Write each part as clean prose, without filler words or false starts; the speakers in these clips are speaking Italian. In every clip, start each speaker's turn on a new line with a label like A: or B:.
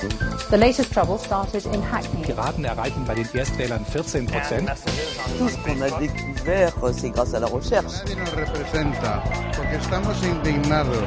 A: The latest trouble started in Hackney.
B: Piraten erreichen bei den Erstwählern 14%.
C: Tout ce qu'on a découvert, c'est grâce à la recherche.
D: Nadie nos representa, porque estamos indignados.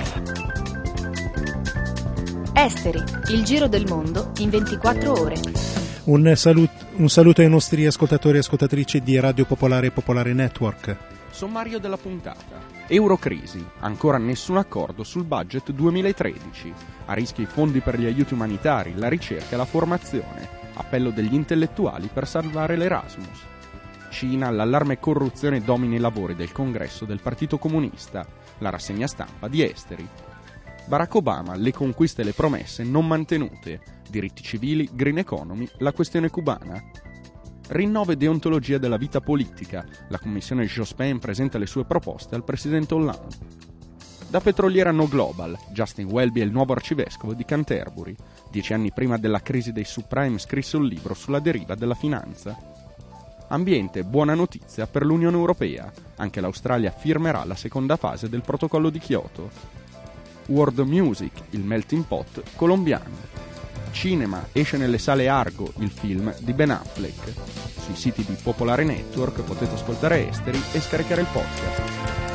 E: Esteri, il giro del mondo in 24 ore.
F: Un saluto ai nostri ascoltatori e ascoltatrici di Radio Popolare e Popolare Network.
G: Sommario della puntata. Eurocrisi. Ancora nessun accordo sul budget 2013. A rischio i fondi per gli aiuti umanitari, la ricerca e la formazione. Appello degli intellettuali per salvare l'Erasmus. Cina, l'allarme corruzione domina i lavori del congresso del Partito Comunista. La rassegna stampa di Esteri. Barack Obama, le conquiste e le promesse non mantenute. Diritti civili, green economy, la questione cubana. Rinnovo e deontologia della vita politica. La commissione Jospin presenta le sue proposte al presidente Hollande. Da petroliera no global, Justin Welby è il nuovo arcivescovo di Canterbury. 10 anni prima della crisi dei subprime scrisse un libro sulla deriva della finanza. Ambiente, buona notizia per l'Unione Europea. Anche l'Australia firmerà la seconda fase del protocollo di Kyoto. World Music, il melting pot colombiano. Cinema, esce nelle sale Argo il film di Ben Affleck. Sui siti di Popolare Network potete ascoltare Esteri e scaricare il podcast.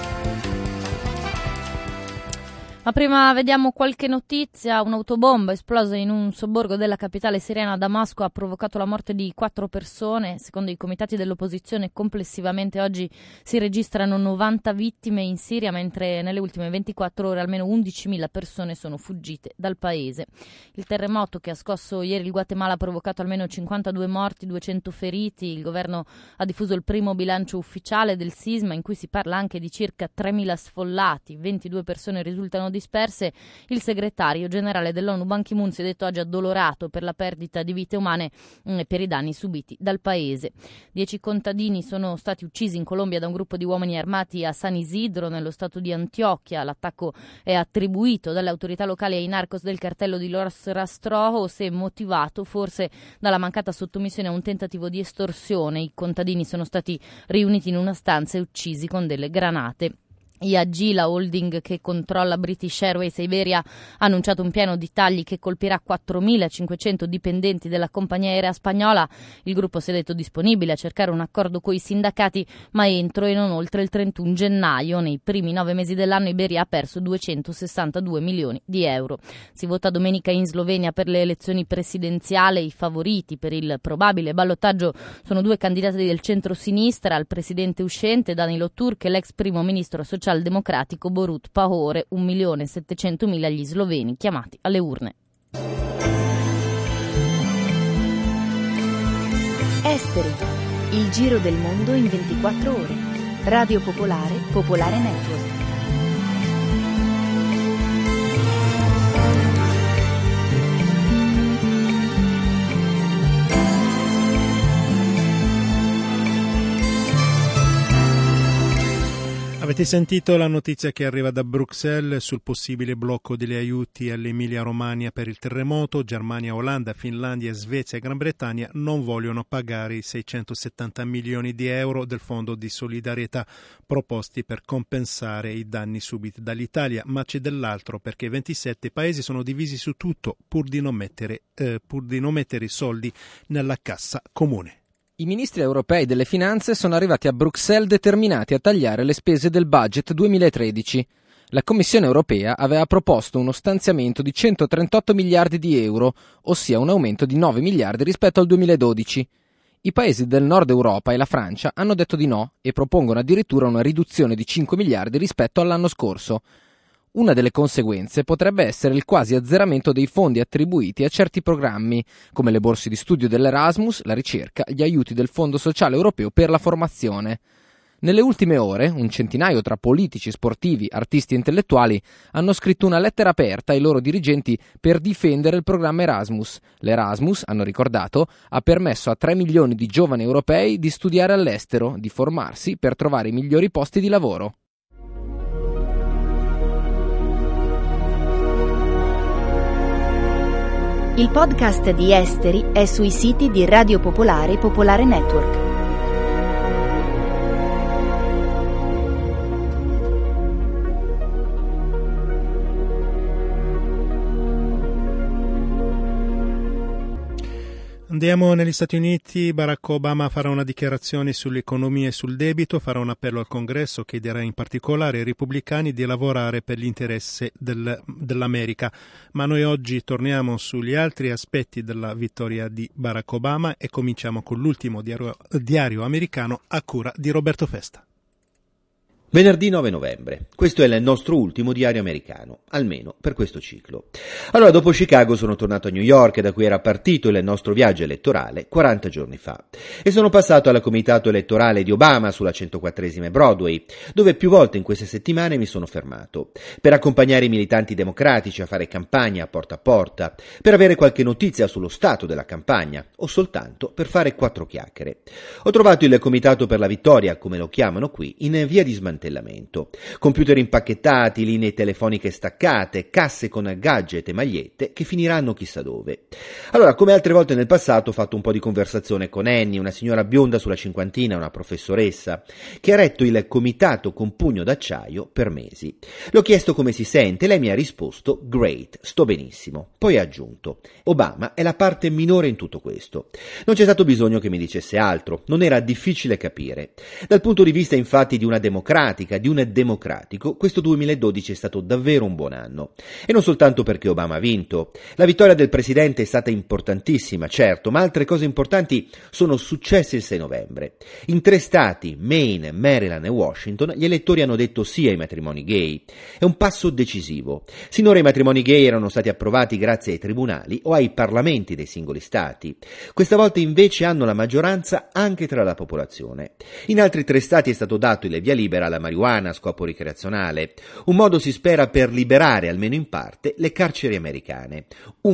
E: Ma prima vediamo qualche notizia. Un'autobomba esplosa in un sobborgo della capitale siriana Damasco ha provocato la morte di 4 persone. Secondo i comitati dell'opposizione complessivamente oggi si registrano 90 vittime in Siria, mentre nelle ultime 24 ore almeno 11.000 persone sono fuggite dal paese. Il terremoto che ha scosso ieri il Guatemala ha provocato almeno 52 morti, 200 feriti. Il governo ha diffuso il primo bilancio ufficiale del sisma, in cui si parla anche di circa 3.000 sfollati, 22 persone risultano disperse. Il segretario generale dell'ONU Ban Ki-moon si è detto oggi addolorato per la perdita di vite umane e per i danni subiti dal paese. 10 contadini sono stati uccisi in Colombia da un gruppo di uomini armati a San Isidro, nello stato di Antioquia. L'attacco è attribuito dalle autorità locali ai narcos del cartello di Los Rastrojos e motivato forse dalla mancata sottomissione a un tentativo di estorsione. I contadini sono stati riuniti in una stanza e uccisi con delle granate. IAG, la holding che controlla British Airways e Iberia, ha annunciato un piano di tagli che colpirà 4.500 dipendenti della compagnia aerea spagnola. Il gruppo si è detto disponibile a cercare un accordo coi sindacati, ma entro e non oltre il 31 gennaio. Nei primi 9 mesi dell'anno Iberia ha perso 262 milioni di euro. Si vota domenica in Slovenia per le elezioni presidenziali. I favoriti per il probabile ballottaggio sono 2 candidati del centro-sinistra, il presidente uscente Danilo Turk e l'ex primo ministro socialdemocratico Borut Pahore. 1.700.000 gli sloveni chiamati alle urne. Esteri, il giro del mondo in 24 ore. Radio Popolare, Popolare Network.
F: Avete sentito la notizia che arriva da Bruxelles sul possibile blocco degli aiuti all'Emilia-Romagna per il terremoto? Germania, Olanda, Finlandia, Svezia e Gran Bretagna non vogliono pagare i 670 milioni di euro del Fondo di solidarietà proposti per compensare i danni subiti dall'Italia, ma c'è dell'altro, perché 27 paesi sono divisi su tutto pur di non mettere i soldi nella cassa comune.
H: I ministri europei delle finanze sono arrivati a Bruxelles determinati a tagliare le spese del budget 2013. La Commissione europea aveva proposto uno stanziamento di 138 miliardi di euro, ossia un aumento di 9 miliardi rispetto al 2012. I paesi del nord Europa e la Francia hanno detto di no e propongono addirittura una riduzione di 5 miliardi rispetto all'anno scorso. Una delle conseguenze potrebbe essere il quasi azzeramento dei fondi attribuiti a certi programmi, come le borse di studio dell'Erasmus, la ricerca, gli aiuti del Fondo Sociale Europeo per la formazione. Nelle ultime ore, un centinaio tra politici, sportivi, artisti e intellettuali hanno scritto una lettera aperta ai loro dirigenti per difendere il programma Erasmus. L'Erasmus, hanno ricordato, ha permesso a 3 milioni di giovani europei di studiare all'estero, di formarsi per trovare i migliori posti di lavoro.
E: Il podcast di Esteri è sui siti di Radio Popolare e Popolare Network.
F: Andiamo negli Stati Uniti. Barack Obama farà una dichiarazione sull'economia e sul debito, farà un appello al Congresso, chiederà in particolare ai repubblicani di lavorare per l'interesse dell'America. Ma noi oggi torniamo sugli altri aspetti della vittoria di Barack Obama e cominciamo con l'ultimo diario americano a cura di Roberto Festa.
I: Venerdì 9 novembre. Questo è il nostro ultimo diario americano, almeno per questo ciclo. Allora, dopo Chicago sono tornato a New York, da cui era partito il nostro viaggio elettorale 40 giorni fa. E sono passato al comitato elettorale di Obama sulla 104esima Broadway, dove più volte in queste settimane mi sono fermato, per accompagnare i militanti democratici a fare campagna a porta, per avere qualche notizia sullo stato della campagna, o soltanto per fare 4 chiacchiere. Ho trovato il comitato per la vittoria, come lo chiamano qui, in via di smantellamento. Computer impacchettati, linee telefoniche staccate, casse con gadget e magliette che finiranno chissà dove. Allora, come altre volte nel passato, ho fatto un po' di conversazione con Annie, una signora bionda sulla cinquantina, una professoressa, che ha retto il comitato con pugno d'acciaio per mesi. Le ho chiesto come si sente e lei mi ha risposto: great, sto benissimo. Poi ha aggiunto: Obama è la parte minore in tutto questo. Non c'è stato bisogno che mi dicesse altro, non era difficile capire. Dal punto di vista infatti di una democratica, di un democratico, questo 2012 è stato davvero un buon anno. E non soltanto perché Obama ha vinto. La vittoria del presidente è stata importantissima, certo, ma altre cose importanti sono successe il 6 novembre. In 3 stati, Maine, Maryland e Washington, gli elettori hanno detto sì ai matrimoni gay. È un passo decisivo. Sinora i matrimoni gay erano stati approvati grazie ai tribunali o ai parlamenti dei singoli stati. Questa volta invece hanno la maggioranza anche tra la popolazione. In altri 3 stati è stato dato il via libera alla marijuana a scopo ricreazionale, un modo si spera per liberare almeno in parte le carceri americane.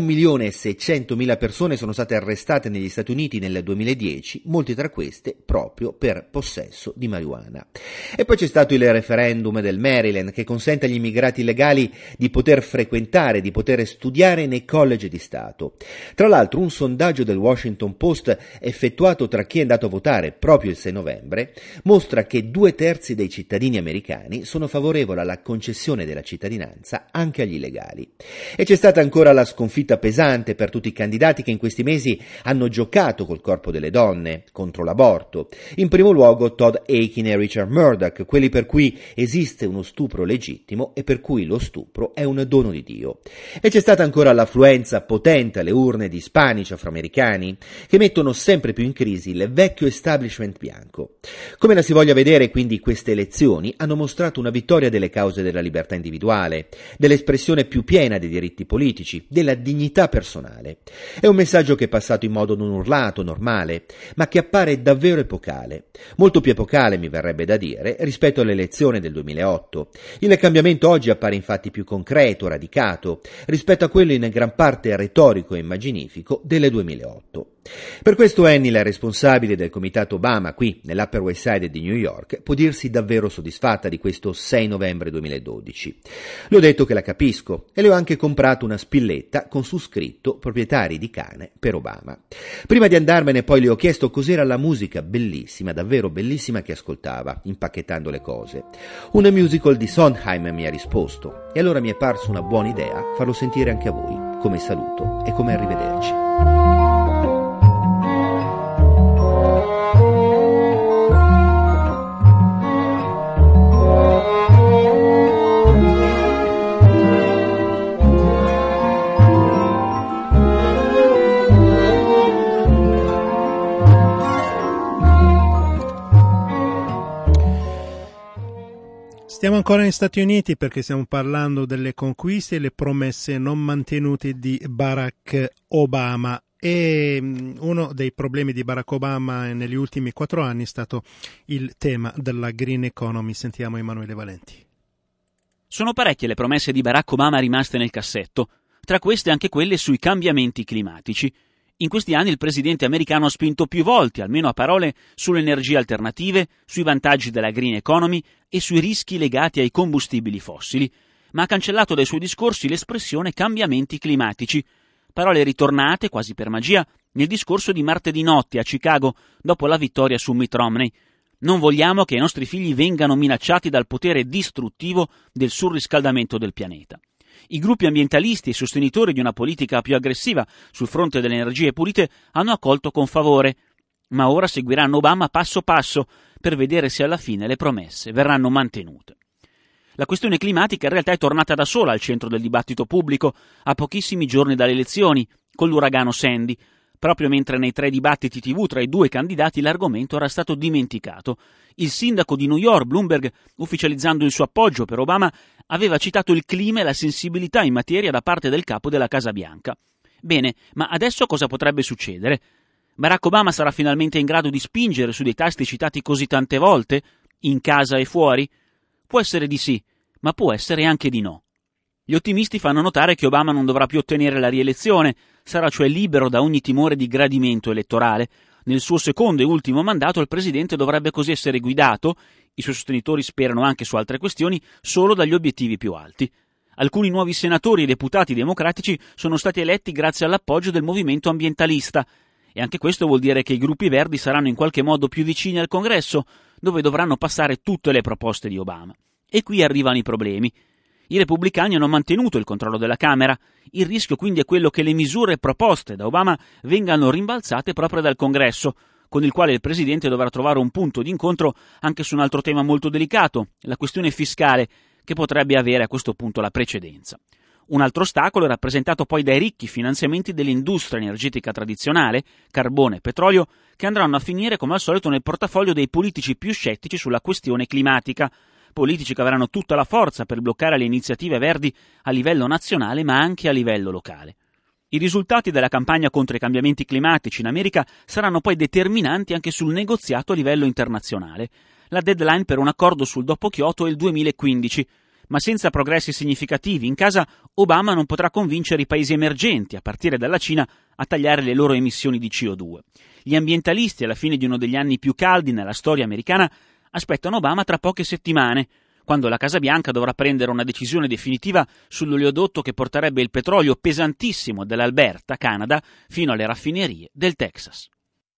I: 1.600.000 persone sono state arrestate negli Stati Uniti nel 2010, molte tra queste proprio per possesso di marijuana. E poi c'è stato il referendum del Maryland che consente agli immigrati illegali di poter frequentare, di poter studiare nei college di Stato. Tra l'altro un sondaggio del Washington Post effettuato tra chi è andato a votare proprio il 6 novembre mostra che 2/3 dei cittadini americani sono favorevoli alla concessione della cittadinanza anche agli illegali. E c'è stata ancora la sconfitta pesante per tutti i candidati che in questi mesi hanno giocato col corpo delle donne, contro l'aborto. In primo luogo Todd Akin e Richard Murdoch, quelli per cui esiste uno stupro legittimo e per cui lo stupro è un dono di Dio. E c'è stata ancora l'affluenza potente alle urne di ispanici afroamericani che mettono sempre più in crisi il vecchio establishment bianco. Come la si voglia vedere, quindi, queste elezioni hanno mostrato una vittoria delle cause della libertà individuale, dell'espressione più piena dei diritti politici, della dignità personale. È un messaggio che è passato in modo non urlato, normale, ma che appare davvero epocale. Molto più epocale, mi verrebbe da dire, rispetto all'elezione del 2008. Il cambiamento oggi appare infatti più concreto, radicato, rispetto a quello in gran parte retorico e immaginifico del 2008. Per questo Annie, la responsabile del comitato Obama qui nell'Upper West Side di New York, può dirsi davvero soddisfatta di questo 6 novembre 2012. Le ho detto che la capisco e le ho anche comprato una spilletta con su scritto "proprietari di cane per Obama". Prima di andarmene poi le ho chiesto cos'era la musica bellissima, davvero bellissima, che ascoltava, impacchettando le cose. Un musical di Sondheim, mi ha risposto, e allora mi è parso una buona idea farlo sentire anche a voi, come saluto e come arrivederci.
F: Stiamo ancora negli Stati Uniti perché stiamo parlando delle conquiste e le promesse non mantenute di Barack Obama. E uno dei problemi di Barack Obama negli ultimi 4 anni è stato il tema della green economy. Sentiamo Emanuele Valenti.
J: Sono parecchie le promesse di Barack Obama rimaste nel cassetto, tra queste anche quelle sui cambiamenti climatici. In questi anni il presidente americano ha spinto più volte, almeno a parole, sulle energie alternative, sui vantaggi della green economy e sui rischi legati ai combustibili fossili, ma ha cancellato dai suoi discorsi l'espressione cambiamenti climatici, parole ritornate quasi per magia nel discorso di martedì notte a Chicago dopo la vittoria su Mitt Romney. Non vogliamo che i nostri figli vengano minacciati dal potere distruttivo del surriscaldamento del pianeta. I gruppi ambientalisti e sostenitori di una politica più aggressiva sul fronte delle energie pulite hanno accolto con favore, ma ora seguiranno Obama passo passo per vedere se alla fine le promesse verranno mantenute. La questione climatica in realtà è tornata da sola al centro del dibattito pubblico a pochissimi giorni dalle elezioni, con l'uragano Sandy, proprio mentre nei 3 dibattiti TV tra i 2 candidati l'argomento era stato dimenticato. Il sindaco di New York, Bloomberg, ufficializzando il suo appoggio per Obama, aveva citato il clima e la sensibilità in materia da parte del capo della Casa Bianca. Bene, ma adesso cosa potrebbe succedere? Barack Obama sarà finalmente in grado di spingere su dei tasti citati così tante volte, in casa e fuori? Può essere di sì, ma può essere anche di no. Gli ottimisti fanno notare che Obama non dovrà più ottenere la rielezione, sarà cioè libero da ogni timore di gradimento elettorale. Nel suo secondo e ultimo mandato il presidente dovrebbe così essere guidato, i suoi sostenitori sperano anche su altre questioni, solo dagli obiettivi più alti. Alcuni nuovi senatori e deputati democratici sono stati eletti grazie all'appoggio del movimento ambientalista, e anche questo vuol dire che i gruppi verdi saranno in qualche modo più vicini al Congresso, dove dovranno passare tutte le proposte di Obama. E qui arrivano i problemi. I repubblicani hanno mantenuto il controllo della Camera, il rischio quindi è quello che le misure proposte da Obama vengano rimbalzate proprio dal Congresso, con il quale il Presidente dovrà trovare un punto di incontro anche su un altro tema molto delicato, la questione fiscale, che potrebbe avere a questo punto la precedenza. Un altro ostacolo è rappresentato poi dai ricchi finanziamenti dell'industria energetica tradizionale, carbone e petrolio, che andranno a finire come al solito nel portafoglio dei politici più scettici sulla questione climatica, politici che avranno tutta la forza per bloccare le iniziative verdi a livello nazionale ma anche a livello locale. I risultati della campagna contro i cambiamenti climatici in America saranno poi determinanti anche sul negoziato a livello internazionale. La deadline per un accordo sul dopo Kyoto è il 2015, ma senza progressi significativi in casa Obama non potrà convincere i paesi emergenti, a partire dalla Cina, a tagliare le loro emissioni di CO2. Gli ambientalisti, alla fine di uno degli anni più caldi nella storia americana, aspettano Obama tra poche settimane, quando la Casa Bianca dovrà prendere una decisione definitiva sull'oleodotto che porterebbe il petrolio pesantissimo dell'Alberta, Canada, fino alle raffinerie del Texas.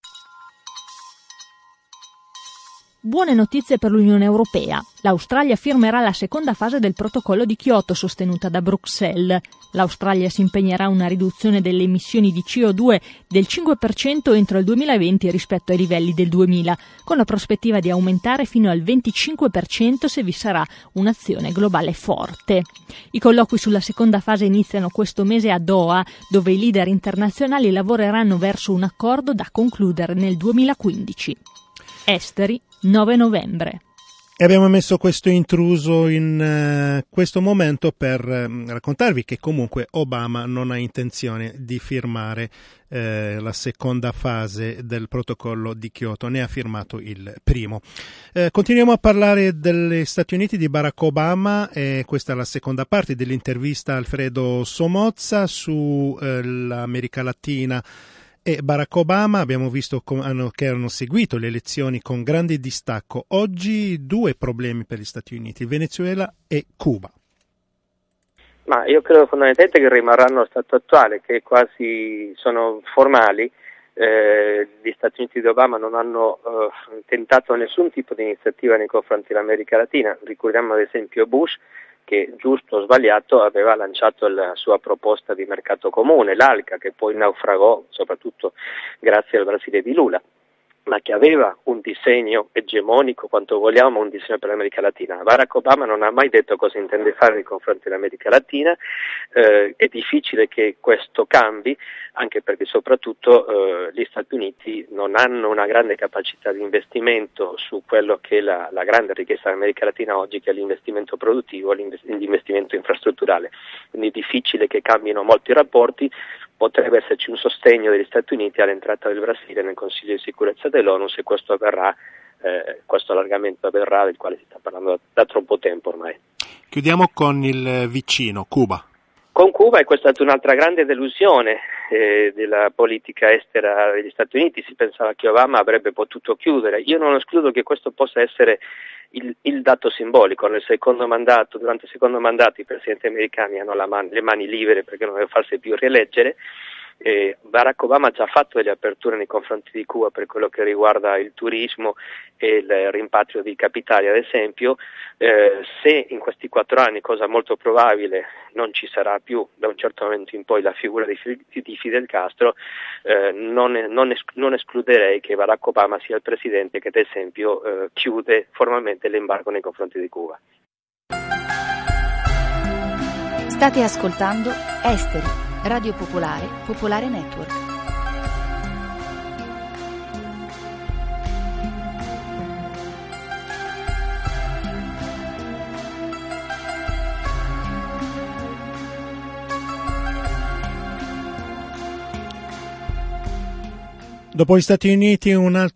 K: Buone notizie per l'Unione Europea. L'Australia firmerà la seconda fase del protocollo di Kyoto sostenuta da Bruxelles. L'Australia si impegnerà a una riduzione delle emissioni di CO2 del 5% entro il 2020 rispetto ai livelli del 2000, con la prospettiva di aumentare fino al 25% se vi sarà un'azione globale forte. I colloqui sulla seconda fase iniziano questo mese a Doha, dove i leader internazionali lavoreranno verso un accordo da concludere nel 2015. Esteri, 9 novembre.
F: E abbiamo messo questo intruso in questo momento per raccontarvi che comunque Obama non ha intenzione di firmare la seconda fase del protocollo di Kyoto, ne ha firmato il primo. Continuiamo a parlare degli Stati Uniti di Barack Obama e questa è la seconda parte dell'intervista a Alfredo Somozza su l'America Latina e Barack Obama. Abbiamo visto che hanno seguito le elezioni con grande distacco. Oggi 2 problemi per gli Stati Uniti, Venezuela e Cuba.
L: Ma io credo fondamentalmente che rimarranno allo stato attuale, che quasi sono formali. Gli Stati Uniti di Obama non hanno tentato nessun tipo di iniziativa nei confronti dell'America Latina. Ricordiamo ad esempio Bush, che giusto o sbagliato aveva lanciato la sua proposta di mercato comune, l'ALCA, che poi naufragò soprattutto grazie al Brasile di Lula, ma che aveva un disegno egemonico, quanto vogliamo, un disegno per l'America Latina. Barack Obama non ha mai detto cosa intende fare nei confronti dell'America Latina, è difficile che questo cambi, anche perché soprattutto gli Stati Uniti non hanno una grande capacità di investimento su quello che è la grande richiesta dell'America Latina oggi, che è l'investimento produttivo, l'investimento infrastrutturale. Quindi è difficile che cambino molti rapporti. Potrebbe esserci un sostegno degli Stati Uniti all'entrata del Brasile nel Consiglio di sicurezza dell'ONU, se questo avverrà, questo allargamento avverrà, del quale si sta parlando da troppo tempo ormai.
F: Chiudiamo con il vicino, Cuba.
L: Con Cuba è questa stata un'altra grande delusione della politica estera degli Stati Uniti. Si pensava che Obama avrebbe potuto chiudere. Io non escludo che questo possa essere il dato simbolico. Durante il secondo mandato i presidenti americani hanno le mani libere perché non devono farsi più rieleggere, Barack Obama ha già fatto delle aperture nei confronti di Cuba per quello che riguarda il turismo e il rimpatrio di capitali, ad esempio. Se in questi 4 anni, cosa molto probabile, non ci sarà più da un certo momento in poi la figura di Fidel Castro, non escluderei che Barack Obama sia il presidente che, ad esempio, chiude formalmente l'embargo nei confronti di Cuba.
M: State ascoltando Esteri, Radio Popolare, Popolare Network.
F: Dopo gli Stati Uniti un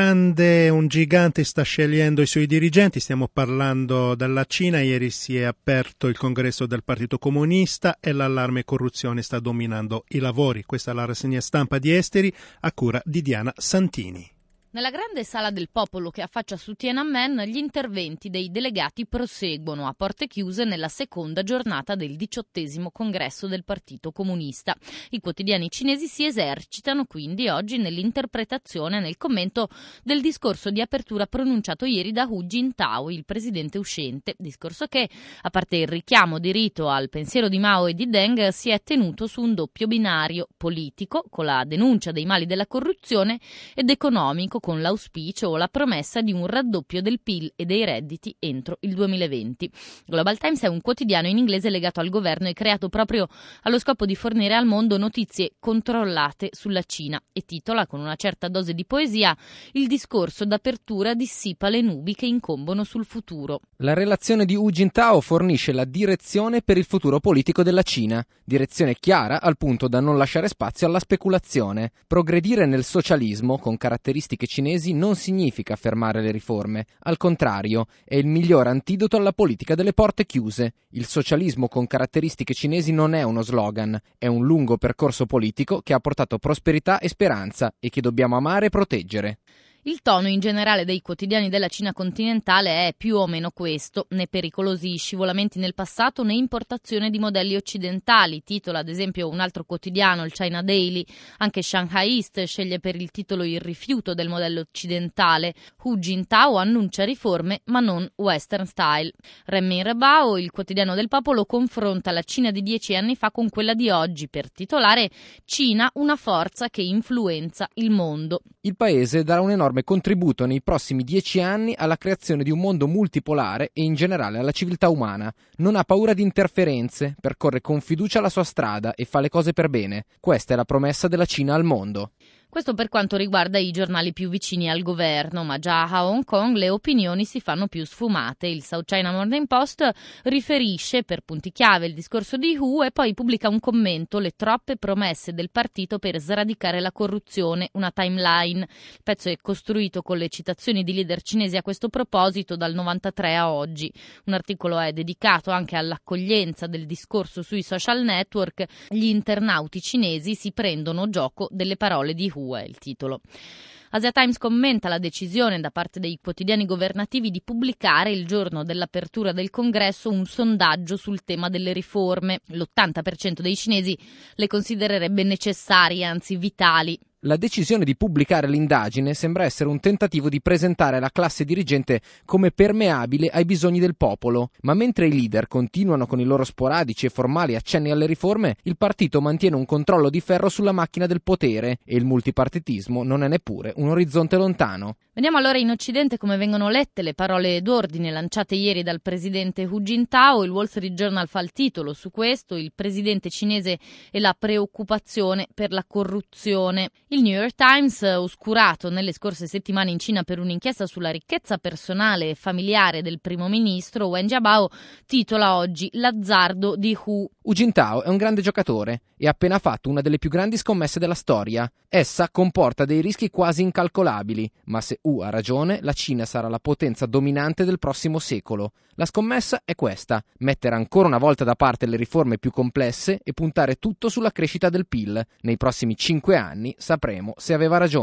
F: gigante sta scegliendo i suoi dirigenti, stiamo parlando della Cina. Ieri si è aperto il congresso del Partito Comunista e l'allarme corruzione sta dominando i lavori. Questa è la rassegna stampa di Esteri a cura di Diana Santini.
E: Nella grande sala del popolo che affaccia su Tiananmen, gli interventi dei delegati proseguono a porte chiuse nella seconda giornata del 18° congresso del Partito Comunista. I quotidiani cinesi si esercitano quindi oggi nell'interpretazione e nel commento del discorso di apertura pronunciato ieri da Hu Jintao, il presidente uscente. Discorso che, a parte il richiamo di rito al pensiero di Mao e di Deng, si è tenuto su un doppio binario politico, con la denuncia dei mali della corruzione, ed economico, con l'auspicio o la promessa di un raddoppio del PIL e dei redditi entro il 2020. Global Times è un quotidiano in inglese legato al governo e creato proprio allo scopo di fornire al mondo notizie controllate sulla Cina e titola con una certa dose di poesia: il discorso d'apertura dissipa le nubi che incombono sul futuro.
H: La relazione di Hu Jintao fornisce la direzione per il futuro politico della Cina, direzione chiara al punto da non lasciare spazio alla speculazione. Progredire nel socialismo con caratteristiche cinesi non significa fermare le riforme, al contrario, è il miglior antidoto alla politica delle porte chiuse. Il socialismo con caratteristiche cinesi non è uno slogan, è un lungo percorso politico che ha portato prosperità e speranza e che dobbiamo amare e proteggere.
E: Il tono in generale dei quotidiani della Cina continentale è più o meno questo: né pericolosi scivolamenti nel passato né importazione di modelli occidentali. Titola ad esempio un altro quotidiano, il China Daily. Anche Shanghai East sceglie per il titolo il rifiuto del modello occidentale. Hu Jintao annuncia riforme ma non western style. Renmin Rebao, il quotidiano del popolo, confronta la Cina di 10 anni fa con quella di oggi per titolare Cina, una forza che influenza il mondo.
H: Il paese darà un enorme contributo nei prossimi 10 anni alla creazione di un mondo multipolare e in generale alla civiltà umana. Non ha paura di interferenze, percorre con fiducia la sua strada e fa le cose per bene. Questa è la promessa della Cina al mondo.
E: Questo per quanto riguarda i giornali più vicini al governo, ma già a Hong Kong le opinioni si fanno più sfumate. Il South China Morning Post riferisce per punti chiave il discorso di Hu e poi pubblica un commento: le troppe promesse del partito per sradicare la corruzione, una timeline. Il pezzo è costruito con le citazioni di leader cinesi a questo proposito dal 93 a oggi. Un articolo è dedicato anche all'accoglienza del discorso sui social network. Gli internauti cinesi si prendono gioco delle parole di Hu, è il titolo. Asia Times commenta la decisione da parte dei quotidiani governativi di pubblicare il giorno dell'apertura del congresso un sondaggio sul tema delle riforme. L'80% dei cinesi le considererebbe necessarie, anzi vitali.
H: La decisione di pubblicare l'indagine sembra essere un tentativo di presentare la classe dirigente come permeabile ai bisogni del popolo, ma mentre i leader continuano con i loro sporadici e formali accenni alle riforme, il partito mantiene un controllo di ferro sulla macchina del potere e il multipartitismo non è neppure un orizzonte lontano.
E: Vediamo allora in Occidente come vengono lette le parole d'ordine lanciate ieri dal presidente Hu Jintao. Il Wall Street Journal fa il titolo su questo: il presidente cinese e la preoccupazione per la corruzione. Il New York Times, oscurato nelle scorse settimane in Cina per un'inchiesta sulla ricchezza personale e familiare del primo ministro Wen Jiabao, titola oggi l'azzardo di Hu.
H: Hu Jintao è un grande giocatore e ha appena fatto una delle più grandi scommesse della storia. Essa comporta dei rischi quasi incalcolabili, ma se Hu ha ragione, la Cina sarà la potenza dominante del prossimo secolo. La scommessa è questa: mettere ancora una volta da parte le riforme più complesse e puntare tutto sulla crescita del PIL. Nei prossimi 5 anni sapremo se aveva ragione.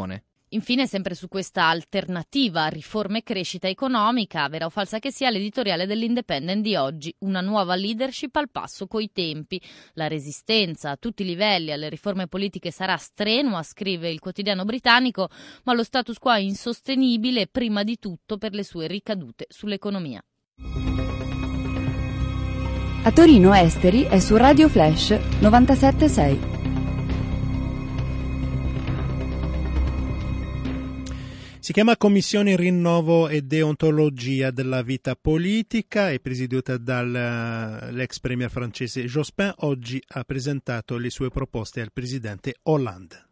E: Infine, sempre su questa alternativa riforma e crescita economica, vera o falsa che sia, l'editoriale dell'Independent di oggi: una nuova leadership al passo coi tempi. La resistenza a tutti i livelli alle riforme politiche sarà strenua, scrive il quotidiano britannico, ma lo status quo è insostenibile, prima di tutto per le sue ricadute sull'economia.
M: A Torino Esteri è su Radio Flash 97.6.
F: Si chiama Commissione Rinnovo e Deontologia della Vita Politica, è presieduta dall'ex premier francese Jospin. Oggi ha presentato le sue proposte al presidente Hollande.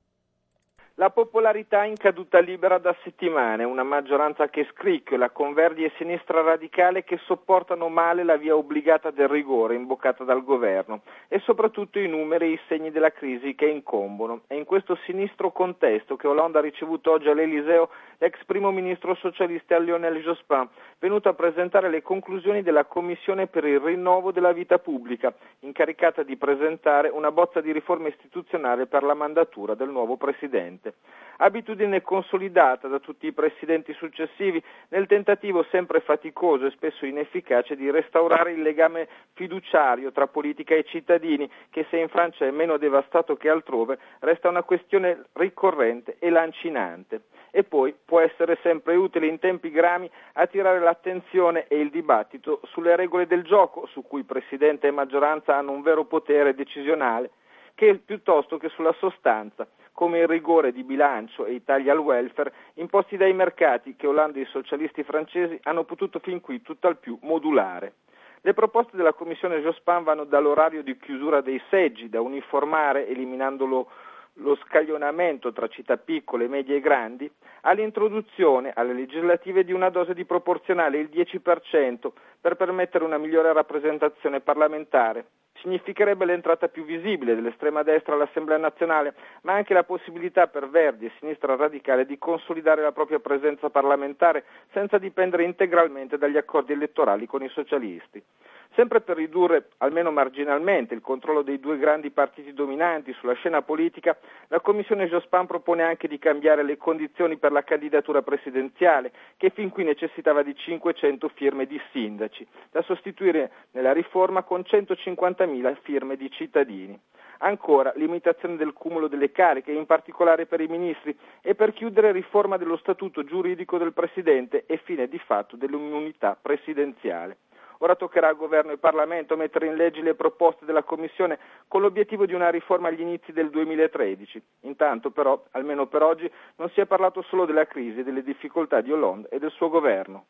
N: La popolarità in caduta libera da settimane, una maggioranza che scricchiola con Verdi e Sinistra Radicale che sopportano male la via obbligata del rigore imboccata dal governo e soprattutto i numeri e i segni della crisi che incombono. È in questo sinistro contesto che Hollande ha ricevuto oggi all'Eliseo l'ex primo ministro socialista Lionel Jospin, venuto a presentare le conclusioni della Commissione per il rinnovo della vita pubblica, incaricata di presentare una bozza di riforma istituzionale per la mandatura del nuovo presidente. Abitudine consolidata da tutti i presidenti successivi nel tentativo sempre faticoso e spesso inefficace di restaurare il legame fiduciario tra politica e cittadini, che se in Francia è meno devastato che altrove, resta una questione ricorrente e lancinante. E poi può essere sempre utile in tempi grami attirare l'attenzione e il dibattito sulle regole del gioco, su cui presidente e maggioranza hanno un vero potere decisionale, che piuttosto che sulla sostanza, come il rigore di bilancio e i tagli al welfare imposti dai mercati che Hollande e i socialisti francesi hanno potuto fin qui tutt'al più modulare. Le proposte della Commissione Jospin vanno dall'orario di chiusura dei seggi, da uniformare eliminando lo scaglionamento tra città piccole, medie e grandi, all'introduzione alle legislative di una dose di proporzionale, il 10%, per permettere una migliore rappresentazione parlamentare. Significherebbe l'entrata più visibile dell'estrema destra all'Assemblea nazionale, ma anche la possibilità per Verdi e Sinistra Radicale di consolidare la propria presenza parlamentare senza dipendere integralmente dagli accordi elettorali con i socialisti. Sempre per ridurre, almeno marginalmente, il controllo dei due grandi partiti dominanti sulla scena politica, la Commissione Jospin propone anche di cambiare le condizioni per la candidatura presidenziale, che fin qui necessitava di 500 firme di sindaci, da sostituire nella riforma con 150.000 firme di cittadini. Ancora, limitazione del cumulo delle cariche, in particolare per i ministri, e per chiudere riforma dello statuto giuridico del Presidente e fine di fatto dell'immunità presidenziale. Ora toccherà al Governo e Parlamento mettere in legge le proposte della Commissione con l'obiettivo di una riforma agli inizi del 2013. Intanto però, almeno per oggi, non si è parlato solo della crisi e delle difficoltà di Hollande e del suo governo.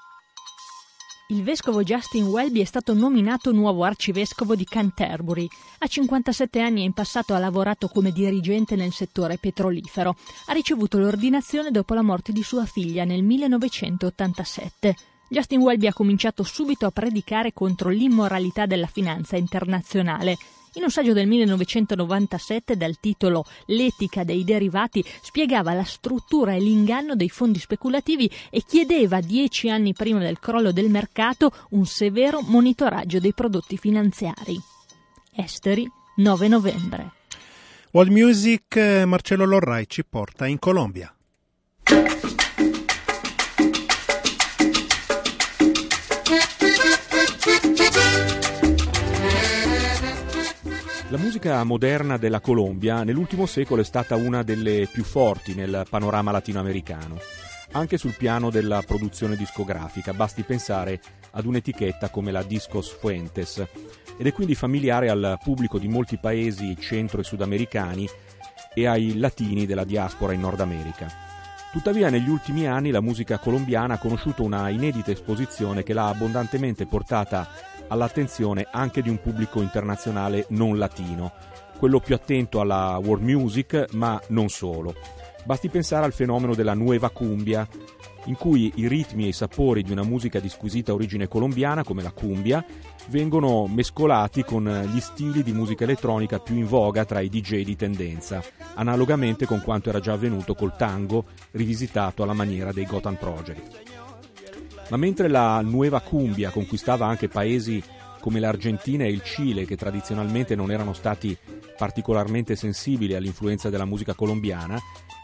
K: Il vescovo Justin Welby è stato nominato nuovo arcivescovo di Canterbury. A 57 anni e in passato ha lavorato come dirigente nel settore petrolifero. Ha ricevuto l'ordinazione dopo la morte di sua figlia nel 1987. Justin Welby ha cominciato subito a predicare contro l'immoralità della finanza internazionale. In un saggio del 1997 dal titolo L'etica dei derivati spiegava la struttura e l'inganno dei fondi speculativi e chiedeva 10 anni prima del crollo del mercato un severo monitoraggio dei prodotti finanziari. Esteri, 9 novembre.
F: World Music, Marcello Lorrai ci porta in Colombia.
G: La musica moderna della Colombia nell'ultimo secolo è stata una delle più forti nel panorama latinoamericano, anche sul piano della produzione discografica. Basti pensare ad un'etichetta come la Discos Fuentes, ed è quindi familiare al pubblico di molti paesi centro- e sudamericani e ai latini della diaspora in Nord America. Tuttavia negli ultimi anni la musica colombiana ha conosciuto una inedita esposizione che l'ha abbondantemente portata all'attenzione anche di un pubblico internazionale non latino, quello più attento alla world music, ma non solo. Basti pensare al fenomeno della nueva cumbia, in cui i ritmi e i sapori di una musica di squisita origine colombiana, come la cumbia, vengono mescolati con gli stili di musica elettronica più in voga tra i DJ di tendenza, analogamente con quanto era già avvenuto col tango, rivisitato alla maniera dei Gotham Project. Ma mentre la nuova cumbia conquistava anche paesi come l'Argentina e il Cile, che tradizionalmente non erano stati particolarmente sensibili all'influenza della musica colombiana,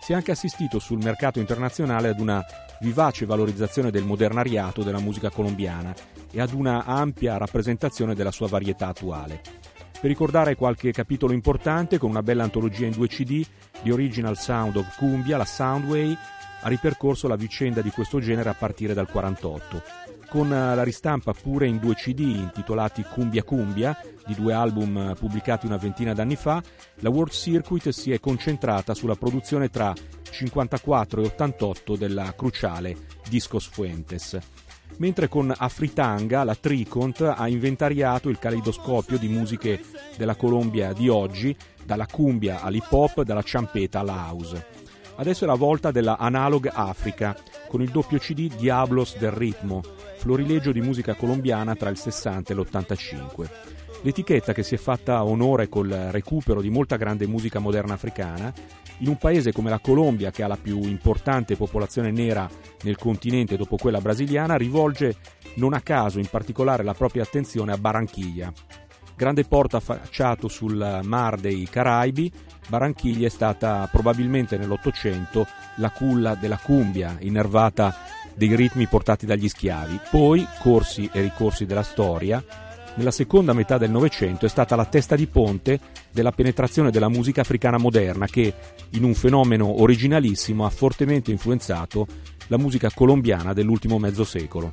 G: si è anche assistito sul mercato internazionale ad una vivace valorizzazione del modernariato della musica colombiana e ad una ampia rappresentazione della sua varietà attuale. Per ricordare qualche capitolo importante, con una bella antologia in 2 CD, The Original Sound of Cumbia, la Soundway ha ripercorso la vicenda di questo genere a partire dal 1948. Con la ristampa pure in 2 CD intitolati Cumbia Cumbia, di 2 album pubblicati una ventina d'anni fa, la World Circuit si è concentrata sulla produzione tra 54 e 88 della cruciale Discos Fuentes. Mentre con Afritanga la Tricont ha inventariato il caleidoscopio di musiche della Colombia di oggi, dalla cumbia all'hip hop, dalla ciampeta alla house. Adesso è la volta della Analog Africa, con il doppio CD Diablos del Ritmo, florilegio di musica colombiana tra il 60 e l'85. L'etichetta, che si è fatta onore col recupero di molta grande musica moderna africana, in un paese come la Colombia, che ha la più importante popolazione nera nel continente dopo quella brasiliana, rivolge non a caso in particolare la propria attenzione a Barranquilla. Grande porto affacciato sul Mar dei Caraibi, Barranquilla è stata probabilmente nell'Ottocento la culla della cumbia, innervata dei ritmi portati dagli schiavi. Poi, corsi e ricorsi della storia, nella seconda metà del Novecento è stata la testa di ponte della penetrazione della musica africana moderna che, in un fenomeno originalissimo, ha fortemente influenzato la musica colombiana dell'ultimo mezzo secolo.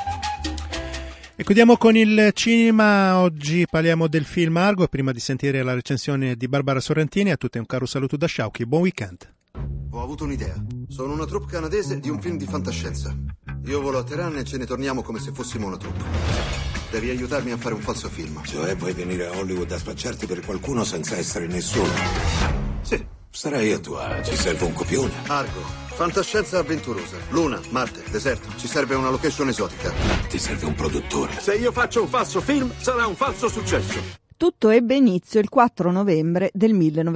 F: E chiudiamo con il cinema. Oggi parliamo del film Argo e prima di sentire la recensione di Barbara Sorrentini a tutti un caro saluto da Sciauchi. Buon weekend.
O: Ho avuto un'idea. Sono una troupe canadese di un film di fantascienza. Io volo a Teheran e ce ne torniamo come se fossimo una troupe. Devi aiutarmi a fare un falso film.
P: Cioè vuoi venire a Hollywood a spacciarti per qualcuno senza essere nessuno?
O: Sì.
P: Starei a tuo agio. Ci serve un copione.
O: Argo, fantascienza avventurosa. Luna, Marte, deserto. Ci serve una location esotica.
P: Ti serve un produttore.
O: Se io faccio un falso film, sarà un falso successo.
Q: Tutto ebbe inizio il 4 novembre del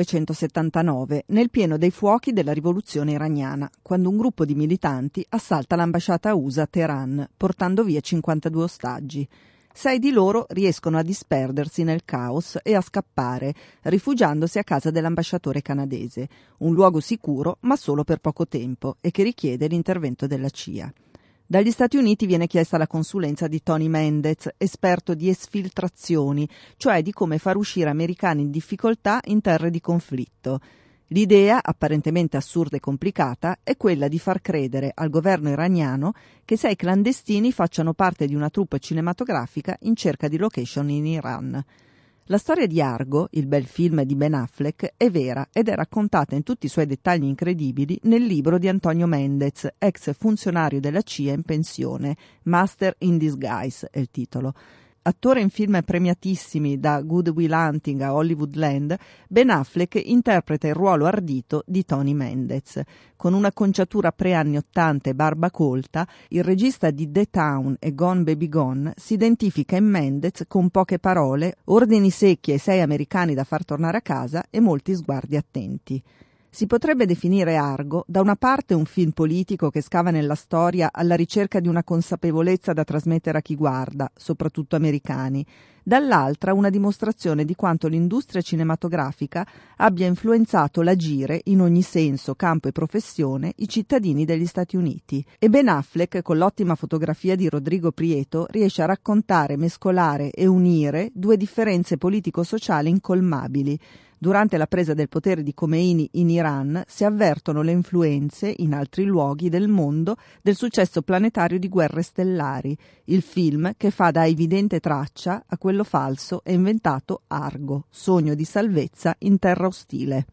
Q: 1979, nel pieno dei fuochi della rivoluzione iraniana, quando un gruppo di militanti assalta l'ambasciata USA a Teheran, portando via 52 ostaggi. 6 di loro riescono a disperdersi nel caos e a scappare, rifugiandosi a casa dell'ambasciatore canadese, un luogo sicuro ma solo per poco tempo e che richiede l'intervento della CIA. Dagli Stati Uniti viene chiesta la consulenza di Tony Mendez, esperto di esfiltrazioni, cioè di come far uscire americani in difficoltà in terre di conflitto. L'idea, apparentemente assurda e complicata, è quella di far credere al governo iraniano che 6 clandestini facciano parte di una troupe cinematografica in cerca di location in Iran. La storia di Argo, il bel film di Ben Affleck, è vera ed è raccontata in tutti i suoi dettagli incredibili nel libro di Antonio Mendez, ex funzionario della CIA in pensione, Master in Disguise è il titolo. Attore in film premiatissimi da Good Will Hunting a Hollywoodland, Ben Affleck interpreta il ruolo ardito di Tony Mendez. Con una conciatura pre-anni 80 e barba colta, il regista di The Town e Gone Baby Gone si identifica in Mendez con poche parole, ordini secchi ai 6 americani da far tornare a casa e molti sguardi attenti. Si potrebbe definire Argo da una parte un film politico che scava nella storia alla ricerca di una consapevolezza da trasmettere a chi guarda, soprattutto americani, dall'altra una dimostrazione di quanto l'industria cinematografica abbia influenzato l'agire in ogni senso, campo e professione i cittadini degli Stati Uniti. E Ben Affleck, con l'ottima fotografia di Rodrigo Prieto, riesce a raccontare, mescolare e unire 2 differenze politico-sociali incolmabili. Durante la presa del potere di Khomeini in Iran si avvertono le influenze, in altri luoghi del mondo, del successo planetario di Guerre Stellari, il film che fa da evidente traccia a quello falso e inventato Argo, sogno di salvezza in terra ostile.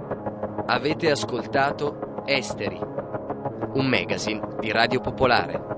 R: Avete ascoltato Esteri, un magazine di Radio Popolare.